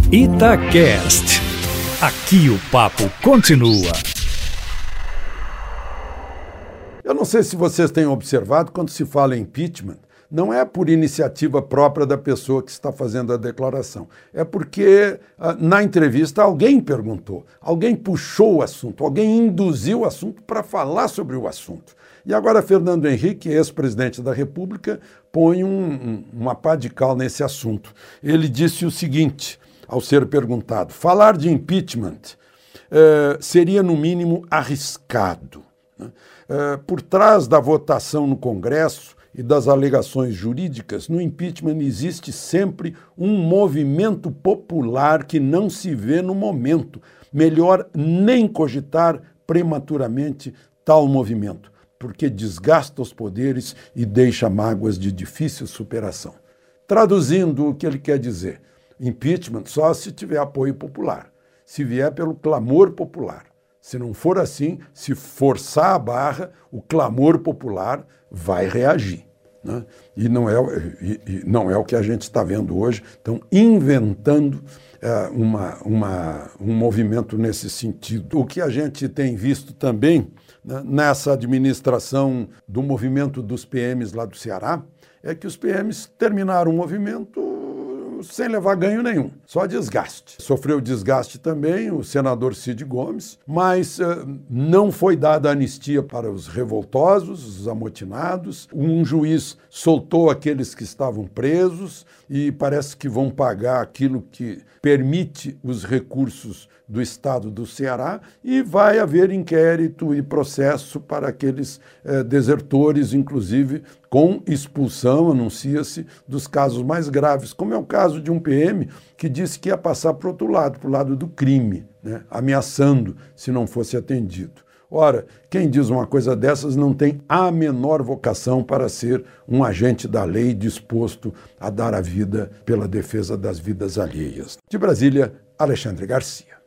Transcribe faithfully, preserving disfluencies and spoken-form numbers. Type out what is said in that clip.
Itacast. Aqui o papo continua. Eu não sei se vocês têm observado, quando se fala em impeachment, não é por iniciativa própria da pessoa que está fazendo a declaração. É porque, na entrevista, alguém perguntou, alguém puxou o assunto, alguém induziu o assunto para falar sobre o assunto. E agora Fernando Henrique, ex-presidente da República, põe um, um, uma pá de cal nesse assunto. Ele disse o seguinte, ao ser perguntado, falar de impeachment eh, seria, no mínimo, arriscado. Né? Eh, por trás da votação no Congresso e das alegações jurídicas, no impeachment existe sempre um movimento popular que não se vê no momento. Melhor nem cogitar prematuramente tal movimento, porque desgasta os poderes e deixa mágoas de difícil superação. Traduzindo o que ele quer dizer, impeachment só se tiver apoio popular, se vier pelo clamor popular. Se não for assim, se forçar a barra, o clamor popular vai reagir. Né? E, não é, e, e não é o que a gente está vendo hoje. Estão inventando é, uma, uma, um movimento nesse sentido. O que a gente tem visto também, né, nessa administração do movimento dos P Ms lá do Ceará, é que os P Ms terminaram o movimento sem levar ganho nenhum, só desgaste. Sofreu desgaste também o senador Cid Gomes, mas uh, não foi dada anistia para os revoltosos, os amotinados. Um juiz soltou aqueles que estavam presos e parece que vão pagar aquilo que permite os recursos do estado do Ceará e vai haver inquérito e processo para aqueles eh, desertores, inclusive com expulsão, anuncia-se, dos casos mais graves, como é o caso de um P M que disse que ia passar para o outro lado, para o lado do crime, né, ameaçando se não fosse atendido. Ora, quem diz uma coisa dessas não tem a menor vocação para ser um agente da lei disposto a dar a vida pela defesa das vidas alheias. De Brasília, Alexandre Garcia.